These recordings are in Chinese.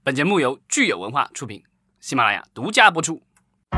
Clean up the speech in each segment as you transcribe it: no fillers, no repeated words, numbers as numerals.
本节目由聚友文化出品，喜马拉雅独家播出。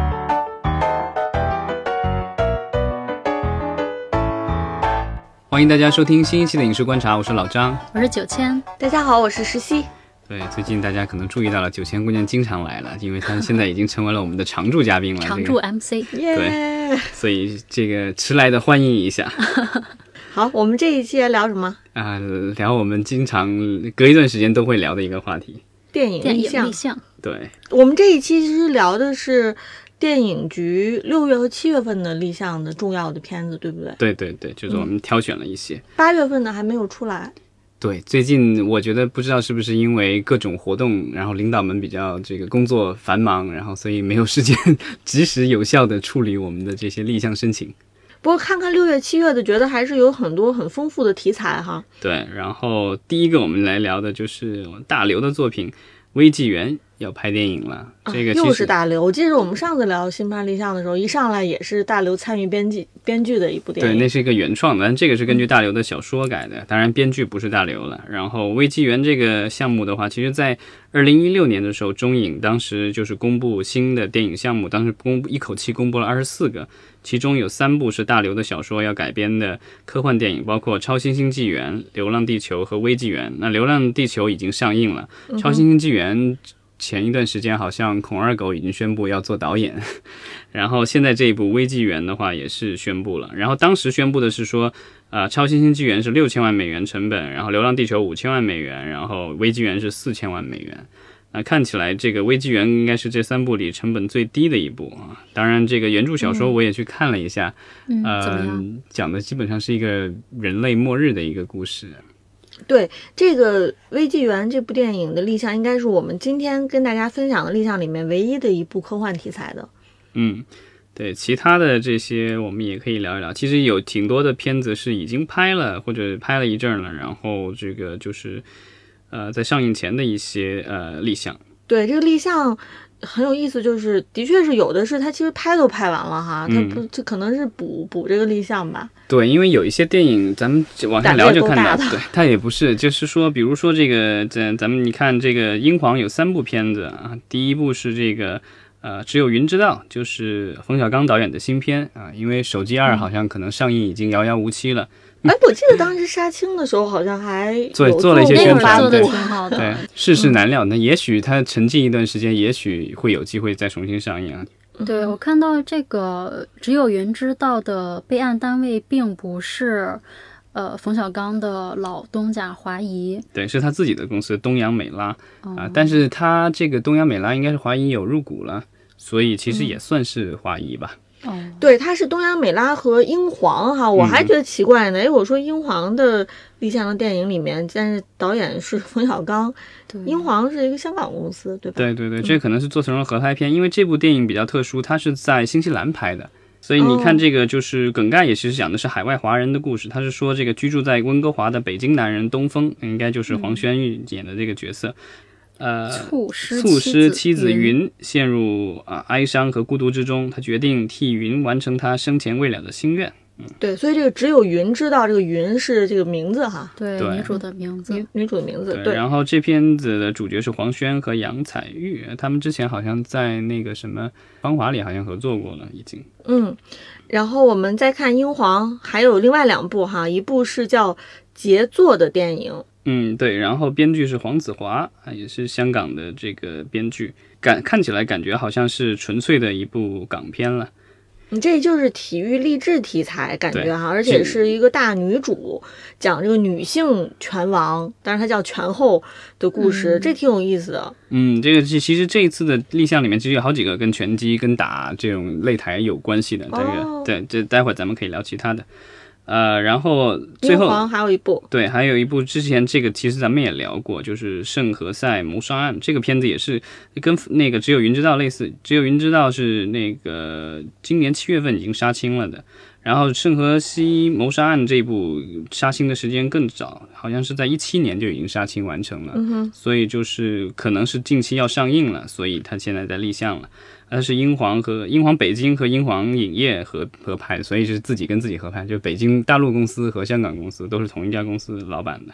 欢迎大家收听新一期的影视观察，我是老张， 我是9000， 大家好，我是石溪。 对，最近大家可能注意到了9000姑娘经常来了，因为她现在已经成为了我们的常驻嘉宾了， 常驻 MC， 对，所以这个迟来的欢迎一下。 好，我们这一期聊什么？ 聊我们经常隔一段时间都会聊的一个话题， 电影立项。 对， 我们这一期其实聊的是电影局6月和7月份的立项的重要的片子，对不对？ 对对对，就是我们挑选了一些。 8月份的还没有出来。 对，最近我觉得不知道是不是因为各种活动，然后领导们比较这个工作繁忙，然后所以没有时间及时有效的处理我们的这些立项申请。 不过看看6月7月的，觉得还是有很多很丰富的题材哈。 对，然后第一个我们来聊的就是大刘的作品《微纪元》要拍电影了，这个又是大刘。我记得我们上次聊新番立项的时候，一上来也是大刘参与编剧的一部电影。 对，那是一个原创的，但这个是根据大刘的小说改的，当然编剧不是大刘了。然后《微纪元》这个项目的话，其实在2016年的时候，中影当时就是公布新的电影项目，当时一口气公布了24个，其中有3部是大刘的小说要改编的科幻电影，包括《超新星纪元》、《流浪地球》和《微纪元》。那《流浪地球》已经上映了，《超新星纪元》前一段时间好像孔二狗已经宣布要做导演，然后现在这一部《微纪元》的话也是宣布了。然后当时宣布的是说，超新星纪元是$6000万成本，然后《流浪地球》$5000万，然后《微纪元》是$4000万。那看起来这个《微纪元》应该是这3部里成本最低的一部啊。当然，这个原著小说我也去看了一下，讲的基本上是一个人类末日的一个故事。 对，这个《微纪元》这部电影的立项，应该是我们今天跟大家分享的立项里面唯一的一部科幻题材的。 对，其他的这些我们也可以聊一聊。其实有挺多的片子是已经拍了，或者拍了一阵了，然后这个就是在上映前的一些立项。对， 这个立项很有意思，就是的确是有的是他其实拍都拍完了哈，他不这可能是补这个立项吧。 对，因为有一些电影咱们往下聊就看到，对，它也不是，就是说比如说这个咱们你看这个英皇有3部片子啊，第一部是这个只有云知道，就是冯小刚导演的新片啊，因为手机2好像可能上映已经遥遥无期了。 我记得当时杀青的时候好像还做了一些宣传， 做的挺好的。 对，世事难料，那也许它沉寂一段时间，也许会有机会再重新上映啊。 对，我看到这个只有云知道的备案单位并不是冯小刚的老东家华谊，对， 是他自己的公司东洋美拉但是他这个东洋美拉应该是华谊有入股了，所以其实也算是华谊吧。 对，它是东洋美拉和英皇哈，我还觉得奇怪呢。我说英皇的立项的电影里面，但是导演是冯小刚，英皇是一个香港公司，对吧？ 对对对，这可能是做成了合拍片，因为这部电影比较特殊，它是在新西兰拍的，所以你看这个就是梗概也其实讲的是海外华人的故事。他是说这个居住在温哥华的北京男人东风，应该就是黄轩玉演的这个角色。 猝失妻子云陷入哀伤和孤独之中，他决定替云完成他生前未了的心愿。 对，所以这个只有云知道，这个云是这个名字哈， 对，女主的名字， 女主的名字。 对，然后这片子的主角是黄轩和杨采钰，他们之前好像在那个什么《芳华》里好像合作过了，已经。 然后我们再看英皇，还有另外2部哈，一部是叫《杰作》的电影。 对，然后编剧是黄子华，也是香港的这个编剧，看起来感觉好像是纯粹的一部港片了。 这就是体育励志题材感觉哈，而且是一个大女主，讲这个女性拳王，但是她叫拳后的故事，这挺有意思的。 这个其实这一次的立项里面其实有好几个跟拳击跟打这种擂台有关系的，对，这待会儿咱们可以聊其他的。然后最后还有一部， 对，还有一部之前这个其实咱们也聊过，就是圣何塞谋杀案，这个片子也是跟那个只有云知道类似，只有云知道是那个今年7月份已经杀青了的，然后圣何西谋杀案这一部杀青的时间更早，好像是在2017年就已经杀青完成了，所以就是可能是近期要上映了，所以他现在在立项了。它是英皇北京和英皇影业合拍，所以是自己跟自己合拍，就北京大陆公司和香港公司都是同一家公司老板的。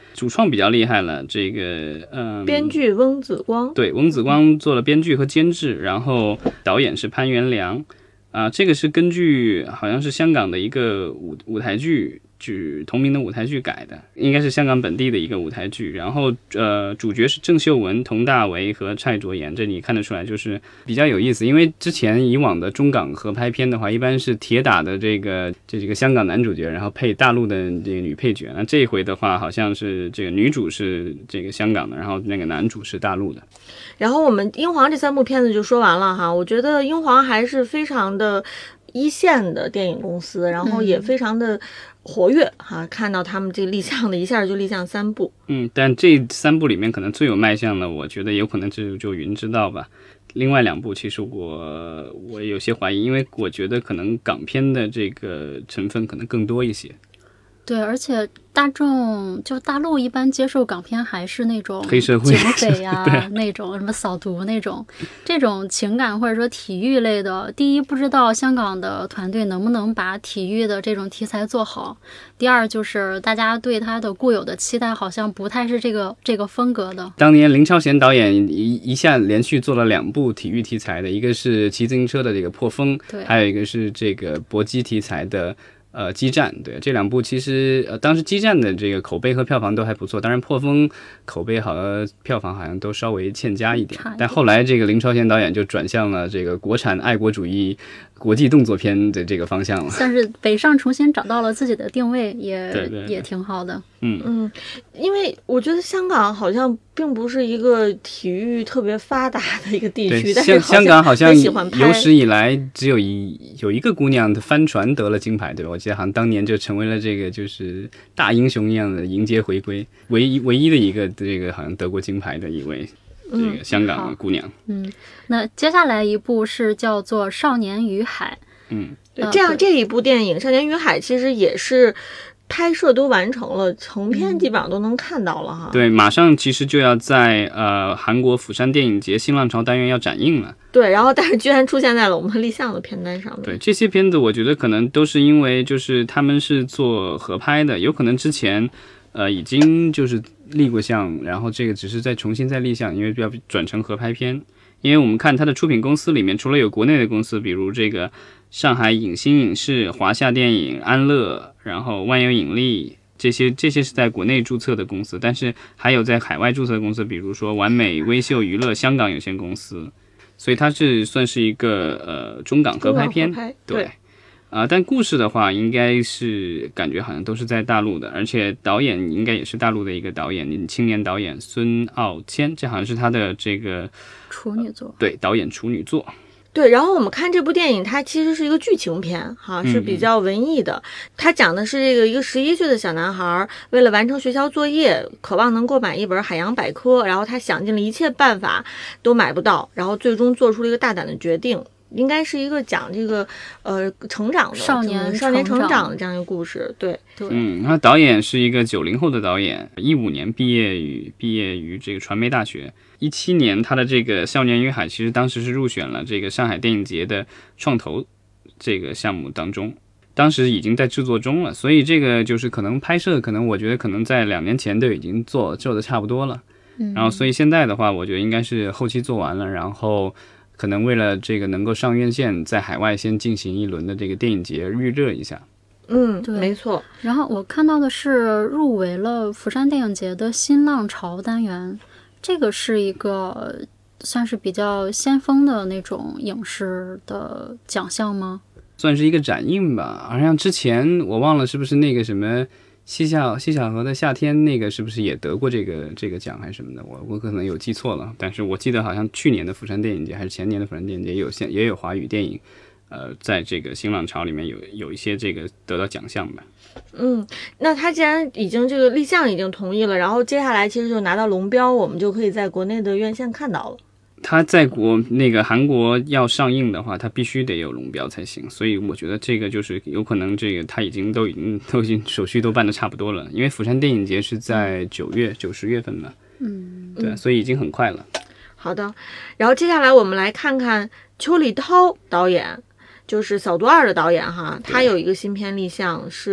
主创比较厉害了，这个编剧翁子光， 对，翁子光做了编剧和监制，然后导演是潘元良这个是根据好像是香港的一个舞台剧同名的舞台剧改的，应该是香港本地的一个舞台剧。然后主角是郑秀文、佟大为和蔡卓妍，这你看得出来就是比较有意思。因为之前以往的中港合拍片的话，一般是铁打的这个香港男主角，然后配大陆的这个女配角。那这一回的话，好像是这个女主是这个香港的，然后那个男主是大陆的。 然后我们英皇这3部片子就说完了哈，我觉得英皇还是非常的一线的电影公司，然后也非常的活跃哈，看到他们这个立项的一下就立项3部。 但这3部里面可能最有卖相的，我觉得有可能就云知道吧。另外2部其实我有些怀疑，因为我觉得可能港片的这个成分可能更多一些。 对，而且大陆一般接受港片还是那种黑社会警匪啊那种什么扫毒那种，这种情感或者说体育类的，第一不知道香港的团队能不能把体育的这种题材做好，第二就是大家对他的固有的期待好像不太是这个风格的。 当年林超贤导演一下连续做了2部体育题材的，一个是骑自行车的这个破风，还有一个是这个搏击题材的激战。对，这2部其实当时激战的这个口碑和票房都还不错，当然破风口碑好像票房好像都稍微欠佳一点，但后来这个林超贤导演就转向了这个国产爱国主义国际动作片的这个方向了， 算是北上重新找到了自己的定位，也挺好的。 因为我觉得香港好像并不是一个体育特别发达的一个地区，但是香港好像有史以来只有一个姑娘的帆船得了金牌，对吧？我记得好像当年就成为了这个就是大英雄一样的迎接回归，唯一的一个这个好像得过金牌的一位这个香港的姑娘。 那接下来一部是叫做《少年与海》。 这一部电影《少年与海》其实也是拍摄都完成了，成片基本上都能看到了哈。 对，马上其实就要在韩国釜山电影节新浪潮单元要展映了。 对，然后但是居然出现在了我们立项的片单上面。 对，这些片子我觉得可能都是因为就是他们是做合拍的，有可能之前已经就是立过项，然后这个只是再重新再立项，因为要转成合拍片。因为我们看它的出品公司里面，除了有国内的公司，比如这个上海影星影视、华夏电影、安乐，然后万有引力，这些是在国内注册的公司，但是还有在海外注册的公司，比如说完美微秀娱乐香港有限公司，所以它是算是一个中港合拍片。对。但故事的话应该是感觉好像都是在大陆的，而且导演应该也是大陆的一个导演，青年导演孙傲谦，这好像是他的这个处女作。 对，导演处女作。 对，然后我们看这部电影，它其实是一个剧情片哈，是比较文艺的。它讲的是一个11岁的小男孩，为了完成学校作业，渴望能购买一本海洋百科，然后他想尽了一切办法都买不到，然后最终做出了一个大胆的决定。应该是一个讲这个成长的少年成长的这样一个故事。对， 他导演是一个90后的导演，15年毕业于这个传媒大学，17年他的这个《少年与海》其实当时是入选了这个上海电影节的创投这个项目当中，当时已经在制作中了，所以这个就是可能拍摄，可能我觉得可能在2年前都已经做的差不多了，然后所以现在的话，我觉得应该是后期做完了，然后可能为了这个能够上院线，在海外先进行一轮的这个电影节预热一下。 对，没错。 然后我看到的是入围了釜山电影节的新浪潮单元，这个是一个算是比较先锋的那种影视的奖项吗？ 算是一个展映吧，好像之前我忘了是不是那个什么西小河的夏天，那个是不是也得过这个奖还是什么的？我可能有记错了，但是我记得好像去年的釜山电影节还是前年的釜山电影节也有华语电影，在这个新浪潮里面有一些这个得到奖项吧。 那他既然已经这个立项已经同意了，然后接下来其实就拿到龙标，我们就可以在国内的院线看到了。 他在那个韩国要上映的话，他必须得有龙标才行，所以我觉得这个就是有可能这个他已经手续都办得差不多了，因为釜山电影节是在9月、10月份嘛，对，所以已经很快了。 好的，然后接下来我们来看看邱礼涛导演，就是《扫毒2》的导演哈，他有一个新片立项是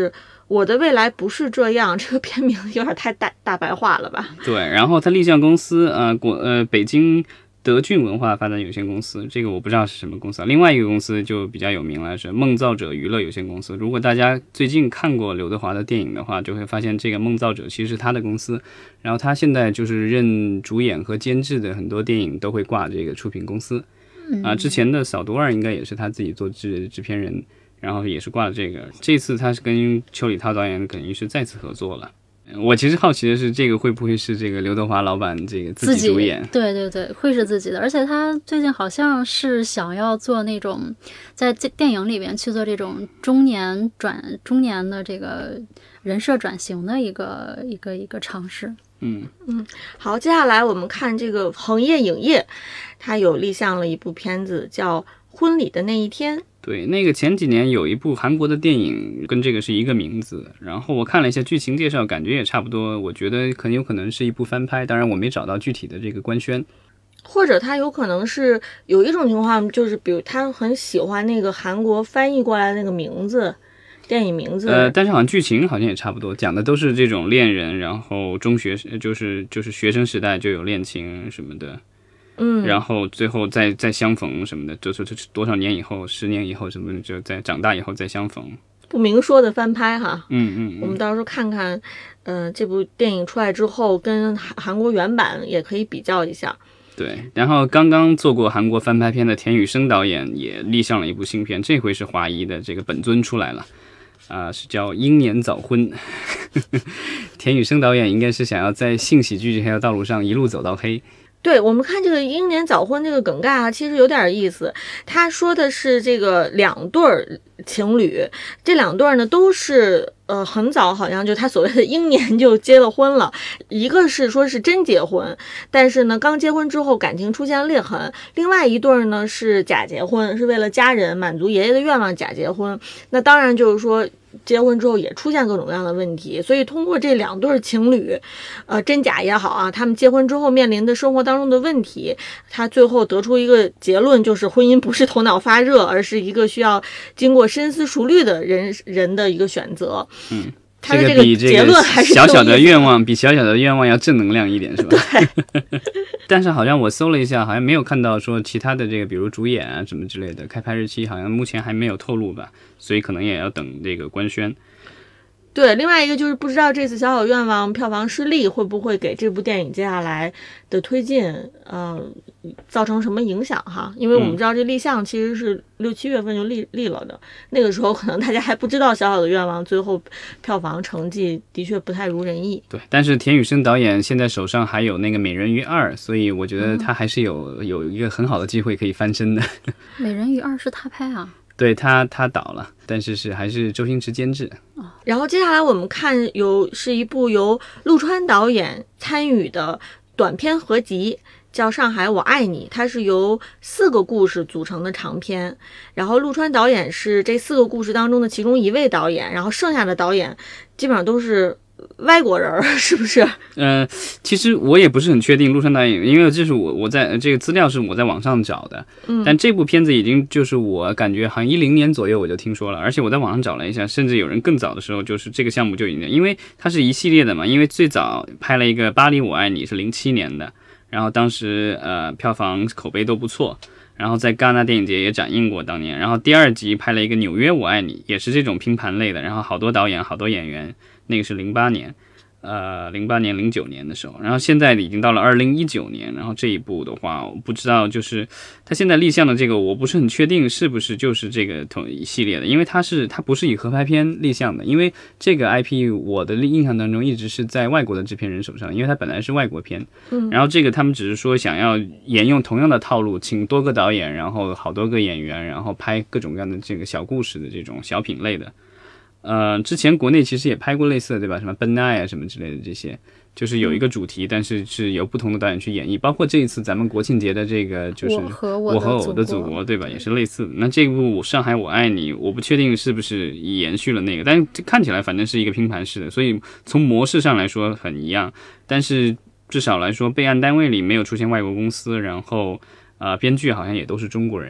我的未来不是这样，这个片名有点太大白话了吧？ 对，然后他立项公司北京德俊文化发展有限公司，这个我不知道是什么公司啊。另外一个公司就比较有名了，是梦造者娱乐有限公司。如果大家最近看过刘德华的电影的话，就会发现这个梦造者其实是他的公司，然后他现在就是任主演和监制的很多电影都会挂这个出品公司。之前的扫毒二应该也是他自己做制片人，然后也是挂了这个。这次他是跟邱礼涛导演等于是再次合作了。我其实好奇的是，这个会不会是这个刘德华老板这个自己主演？ 对对对，会是自己的。而且他最近好像是想要做那种在电影里边去做这种中年的这个人设转型的一个尝试。 好，接下来我们看这个恒业影业，它有立项了一部片子叫《婚礼的那一天》。 对，那个前几年有一部韩国的电影跟这个是一个名字，然后我看了一下剧情介绍，感觉也差不多，我觉得很有可能是一部翻拍，当然我没找到具体的这个官宣。 或者他有可能是有一种情况，就是比如他很喜欢那个韩国翻译过来的那个名字，电影名字。 但是好像剧情好像也差不多，讲的都是这种恋人，然后中学就是学生时代就有恋情什么的。然后最后再相逢什么的，就是多少年以后，10年以后什么的，就在长大以后再相逢。 不明说的翻拍哈。我们到时候看看，这部电影出来之后跟韩国原版也可以比较一下。 对，然后刚刚做过韩国翻拍片的田雨生导演也立项了一部新片，这回是华谊的这个本尊出来了。是叫英年早婚。田雨生导演应该是想要在性喜剧这条道路上一路走到黑。 对，我们看这个英年早婚这个梗概啊，其实有点意思。他说的是这个2对情侣，这2对呢都是很早，好像就他所谓的英年就结了婚了。一个是说是真结婚，但是呢刚结婚之后感情出现裂痕；另外一对呢是假结婚，是为了家人满足爷爷的愿望假结婚。那当然就是说结婚之后也出现各种各样的问题，所以通过这2对情侣，真假也好啊，他们结婚之后面临的生活当中的问题，他最后得出一个结论，就是婚姻不是头脑发热，而是一个需要经过深思熟虑的人的一个选择。他的这个结论还是小小的愿望，比小小的愿望要正能量一点，是吧？对。但是好像我搜了一下，好像没有看到说其他的这个，比如主演啊什么之类的，开拍日期好像目前还没有透露吧，所以可能也要等这个官宣。 对，另外一个就是不知道这次小小愿望票房失利会不会给这部电影接下来的推进造成什么影响哈？因为我们知道这立项其实是6、7月份就立了的，那个时候可能大家还不知道小小的愿望最后票房成绩的确不太如人意。 对，但是田雨生导演现在手上还有那个美人鱼2，所以我觉得他还是有一个很好的机会可以翻身的。 美人鱼2是他拍啊？ 对，他导了，但是还是周星驰监制。 然后接下来我们看是一部由陆川导演参与的短片合集，叫《上海我爱你》，它是由4个故事组成的长片，然后陆川导演是这4个故事当中的其中1位导演，然后剩下的导演基本上都是外国人，是不是？ 其实我也不是很确定陆川导演，因为这是我在这个资料是我在网上找的，但这部片子已经就是我感觉好像10年左右我就听说了，而且我在网上找了一下，甚至有人更早的时候就是这个项目就已经，因为它是一系列的嘛，因为最早拍了一个《巴黎我爱你》是07年的，然后当时票房口碑都不错。然后在戛纳电影节也展映过当年，然后第2集拍了一个《纽约我爱你》，也是这种拼盘类的，然后好多导演好多演员，那个是08年09年的时候，然后现在已经到了2019年，然后这一部的话我不知道，就是他现在立项的这个我不是很确定是不是就是这个同一系列的，因为它不是以合拍片立项的，因为这个 IP 我的印象当中一直是在外国的制片人手上，因为它本来是外国片，然后这个他们只是说想要沿用同样的套路，请多个导演，然后好多个演员，然后拍各种各样的这个小故事的这种小品类的。之前国内其实也拍过类似的，对吧？什么奔爱啊什么之类的，这些就是有一个主题，但是是由不同的导演去演绎。包括这一次咱们国庆节的这个就是我和我的祖国，对吧？也是类似的。那这部《上海我爱你》，我不确定是不是延续了那个，但是看起来反正是一个拼盘式的，所以从模式上来说很一样。但是至少来说，备案单位里没有出现外国公司，然后编剧好像也都是中国人。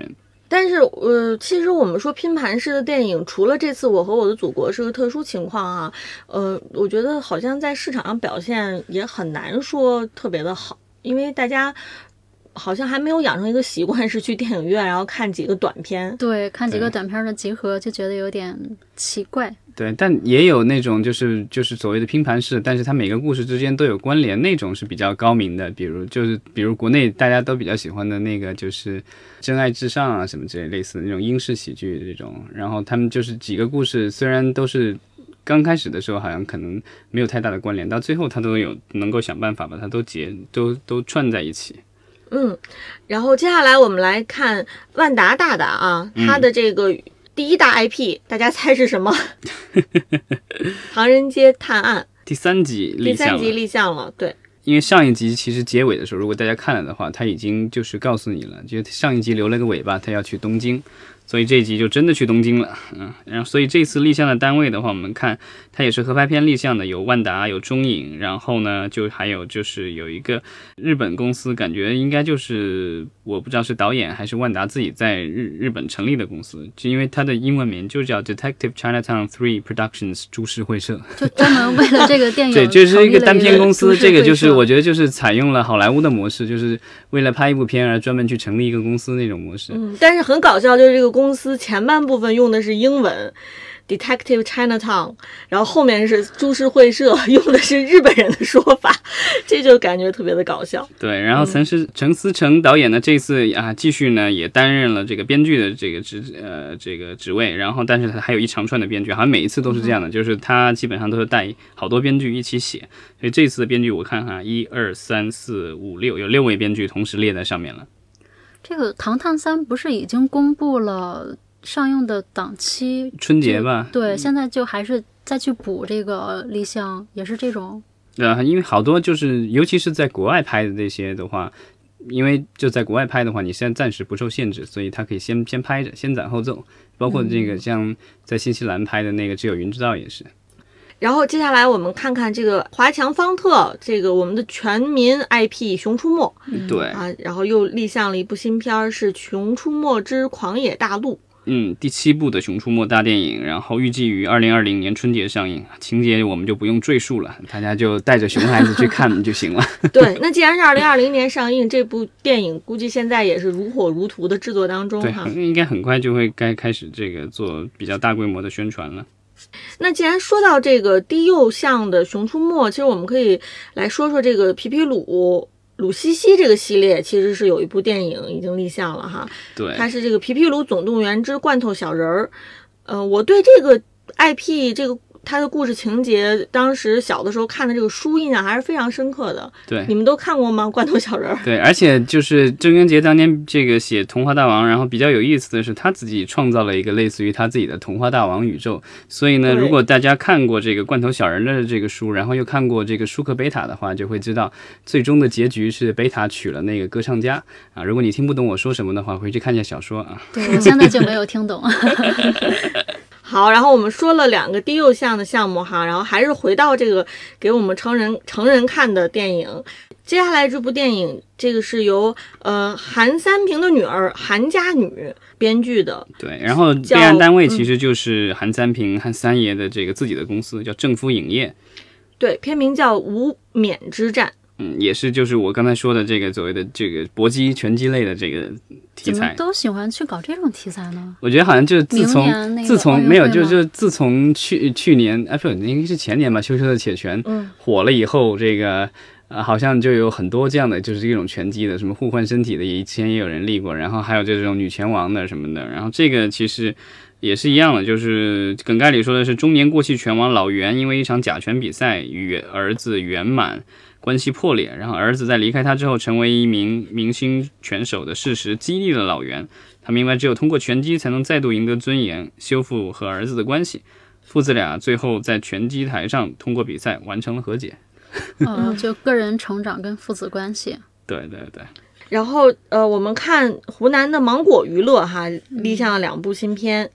但是其实我们说拼盘式的电影，除了这次《我和我的祖国》是个特殊情况啊，我觉得好像在市场上表现也很难说特别的好，因为大家好像还没有养成一个习惯，是去电影院然后看几个短片。 对，看几个短片的集合就觉得有点奇怪。 对，但也有那种就是所谓的拼盘式，但是它每个故事之间都有关联，那种是比较高明的。比如国内大家都比较喜欢的那个就是《真爱至上》啊什么之类似的那种英式喜剧这种，然后他们就是几个故事虽然都是刚开始的时候好像可能没有太大的关联，到最后他都有能够想办法把它都串在一起。 然后接下来我们来看万达大大啊，他的这个第一大 IP，大家猜是什么？唐人街探案第三集立项了，对。 因为上一集其实结尾的时候，如果大家看了的话，他已经就是告诉你了，就上一集留了个尾巴，他要去东京，所以这一集就真的去东京了。然后所以这次立项的单位的话，我们看它也是合拍片立项的，有万达，有中影，然后呢就还有就是有一个日本公司，感觉应该就是我不知道是导演还是万达自己在日本成立的公司，就因为它的英文名就叫 Detective Chinatown 3 Productions 株式会社， 就专门为了这个电影对，就是一个单片公司，这个就是我觉得就是采用了好莱坞的模式，就是为了拍一部片而专门去成立一个公司那种模式。 但是很搞笑，就是这个公司前半部分用的是英文 Detective Chinatown， 然后后面是株式会社，用的是日本人的说法，这就感觉特别的搞笑。 对，然后陈思诚导演呢，这次继续呢也担任了这个编剧的这个职位，然后但是他还有一长串的编剧，好像每一次都是这样的，就是他基本上都是带好多编剧一起写，所以这次的编剧我看哈，1、2、3、4、5、6，有6位编剧同时列在上面了。 这个《唐探3》不是已经公布了上映的档期？ 春节吧？ 对，现在就还是再去补这个立项，也是这种。 因为好多就是尤其是在国外拍的这些的话，因为就在国外拍的话，你现在暂时不受限制，所以它可以先拍着，先斩后奏。包括这个像在新西兰拍的那个《只有云知道》也是。 然后接下来我们看看这个华强方特，这个我们的全民 IP《熊出没》， 对啊，然后又立项了一部新片，是《熊出没之狂野大陆》。 第7部的《熊出没》大电影，然后预计于2020年春节上映。情节我们就不用赘述了，大家就带着熊孩子去看就行了。 对，那既然是2020年上映，这部电影估计现在也是如火如荼的制作当中哈。 对，应该很快就会该开始这个做比较大规模的宣传了。 那既然说到这个低幼向的《熊出没》，其实我们可以来说说这个皮皮鲁西西这个系列，其实是有一部电影已经立项了哈。 对， 它是这个《皮皮鲁总动员之罐头小人儿》。我对这个 IP 这个它的故事情节，当时小的时候看的这个书印象还是非常深刻的。 对， 你们都看过吗？罐头小人儿。 对，而且就是郑渊洁当年这个写童话大王，然后比较有意思的是他自己创造了一个类似于他自己的童话大王宇宙。所以呢，如果大家看过这个罐头小人的这个书，然后又看过这个舒克贝塔的话，就会知道最终的结局是贝塔娶了那个歌唱家啊。如果你听不懂我说什么的话，回去看一下小说啊。 对，我现在就没有听懂。 好，然后我们说了2个低幼向的项目哈，然后还是回到这个给我们成人看的电影。接下来这部电影，这个是由韩三平的女儿韩家女编剧的。 对，然后备案单位其实就是韩三平和三爷的这个自己的公司，叫正夫影业。 对，片名叫《无冕之战》。 也是就是我刚才说的这个所谓的这个搏击拳击类的这个题材。 怎么都喜欢去搞这种题材呢？ 我觉得好像就是自从没有就自从去年不应该是前年吧，羞羞的铁拳火了以后，这个好像就有很多这样的就是这种拳击的，什么互换身体的以前也有人立过，然后还有这种女拳王的什么的，然后这个其实也是一样的，就是梗概里说的是中年过气拳王老袁因为一场假拳比赛与儿子圆满关系破裂，然后儿子在离开他之后成为一名明星拳手的事实激励了老袁，他明白只有通过拳击才能再度赢得尊严，修复和儿子的关系。父子俩最后在拳击台上通过比赛完成了和解。 就个人成长跟父子关系。 对对对。 然后我们看湖南的芒果娱乐哈立项了2部新片，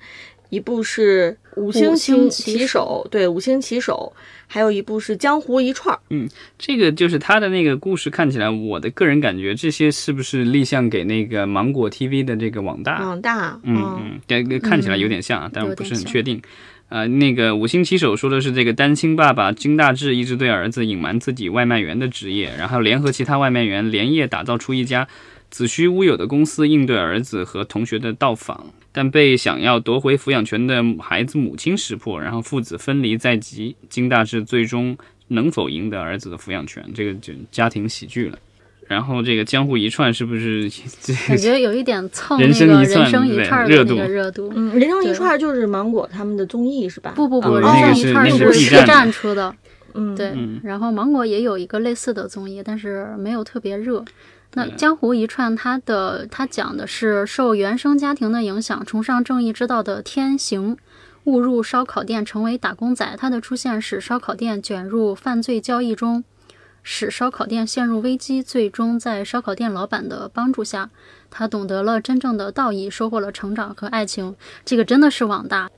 一部是五星旗手，对，五星旗手，还有一部是江湖一串。 这个就是他的那个故事看起来，我的个人感觉这些是不是立项给那个芒果 TV 的这个网大？看起来有点像，但我不是很确定。那个五星旗手说的是这个单亲爸爸金大志一直对儿子隐瞒自己外卖员的职业，然后联合其他外卖员连夜打造出一家子虚乌有的公司应对儿子和同学的到访，但被想要夺回抚养权的孩子母亲识破，然后父子分离在即，金大志最终能否赢得儿子的抚养权？这个就家庭喜剧了。然后这个江湖一串是不是感觉有一点蹭那个人生一串的那个热度？ 人生一串就是芒果他们的综艺是吧？ 不，人生一串是 B 站出的。对，然后芒果也有一个类似的综艺，但是没有特别热。那江湖一串它讲的是受原生家庭的影响，崇尚正义之道的天行误入烧烤店成为打工仔，他的出现使烧烤店卷入犯罪交易中，使烧烤店陷入危机，最终在烧烤店老板的帮助下，他懂得了真正的道义，收获了成长和爱情。这个真的是网大。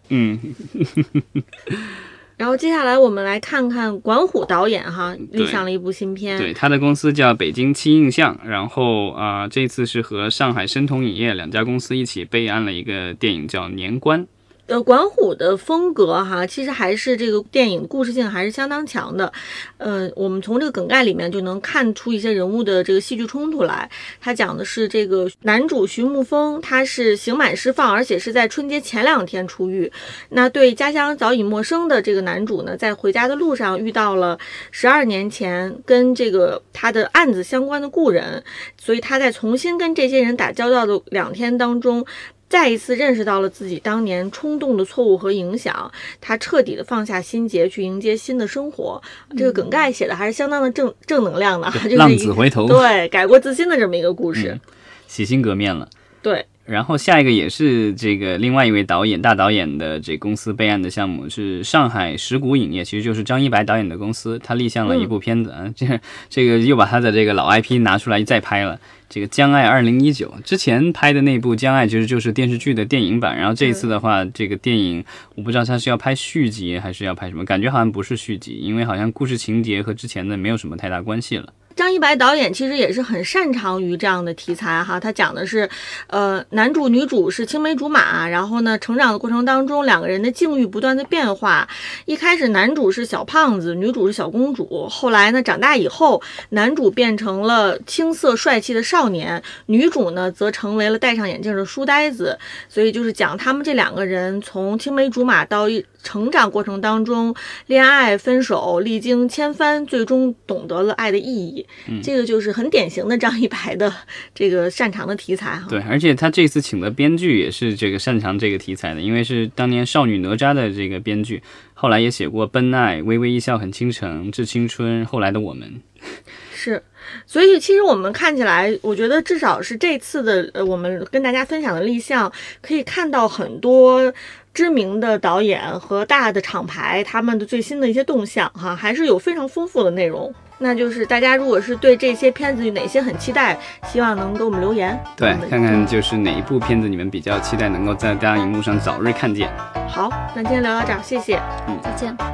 然后接下来我们来看看管虎导演立项了一部新片， 对，他的公司叫北京七印象，然后这次是和上海申通影业两家公司一起备案了一个电影叫《年关》。 管虎的风格其实还是这个电影故事性还是相当强的。我们从这个梗概里面就能看出一些人物的这个戏剧冲突来。他讲的是这个男主徐沐风，他是刑满释放，而且是在春节前2天出狱。那对家乡早已陌生的这个男主呢，在回家的路上遇到了12年前跟这个他的案子相关的故人，所以他在重新跟这些人打交道的2天当中，再一次认识到了自己当年冲动的错误和影响，他彻底的放下心结去迎接新的生活。这个梗概写的还是相当的正能量的，就是浪子回头， 对，改过自新的这么一个故事， 洗心革面了。 对。 然后下一个也是这个另外一位大导演的这公司备案的项目是上海石鼓影业，其实就是张一白导演的公司，他立项了一部片子这个又把他的这个老 IP 拿出来再拍了。这个《将爱2019》之前拍的那部《将爱》其实就是电视剧的电影版，然后这一次的话，这个电影我不知道他是要拍续集还是要拍什么，感觉好像不是续集，因为好像故事情节和之前的没有什么太大关系了。 张一白导演其实也是很擅长于这样的题材他讲的是男主女主是青梅竹马，然后呢成长的过程当中2个人的境遇不断的变化。一开始男主是小胖子，女主是小公主，后来呢长大以后，男主变成了青涩帅气的少年，女主呢则成为了戴上眼镜的书呆子。所以就是讲他们这2个人从青梅竹马到成长过程当中，恋爱分手历经千帆，最终懂得了爱的意义。这个就是很典型的张一白的这个擅长的题材对，而且他这次请的编剧也是这个擅长这个题材的，因为是当年少女哪吒的这个编剧，后来也写过奔爱、微微一笑很倾城、致青春、后来的我们。 是，所以其实我们看起来，我觉得至少是这次的我们跟大家分享的立项，可以看到很多知名的导演和大的厂牌他们的最新的一些动向还是有非常丰富的内容。那就是大家如果是对这些片子有哪些很期待，希望能给我们留言， 对，看看就是哪一部片子你们比较期待能够在大荧幕上早日看见。 好，那今天聊到这儿，谢谢， 再见。